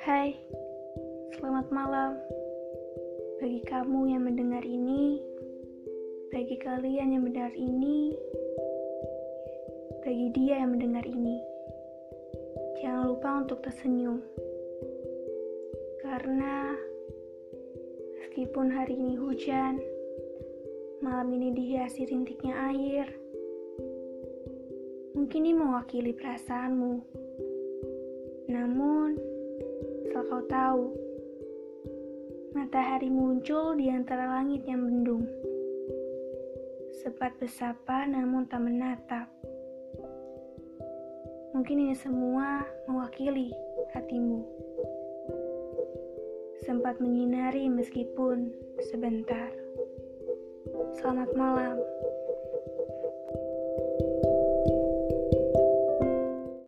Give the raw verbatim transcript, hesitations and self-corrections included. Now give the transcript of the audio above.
Hai, selamat malam. Bagi kamu yang mendengar ini, bagi kalian yang mendengar ini, bagi dia yang mendengar ini. Jangan lupa untuk tersenyum. Karena meskipun hari ini hujan, malam ini dihiasi rintiknya air. Mungkin ini mewakili perasaanmu. Namun, asal kau tahu, matahari muncul di antara langit yang mendung. Sempat bersapa namun tak menatap. Mungkin ini semua mewakili hatimu. Sempat menyinari meskipun sebentar. Selamat malam.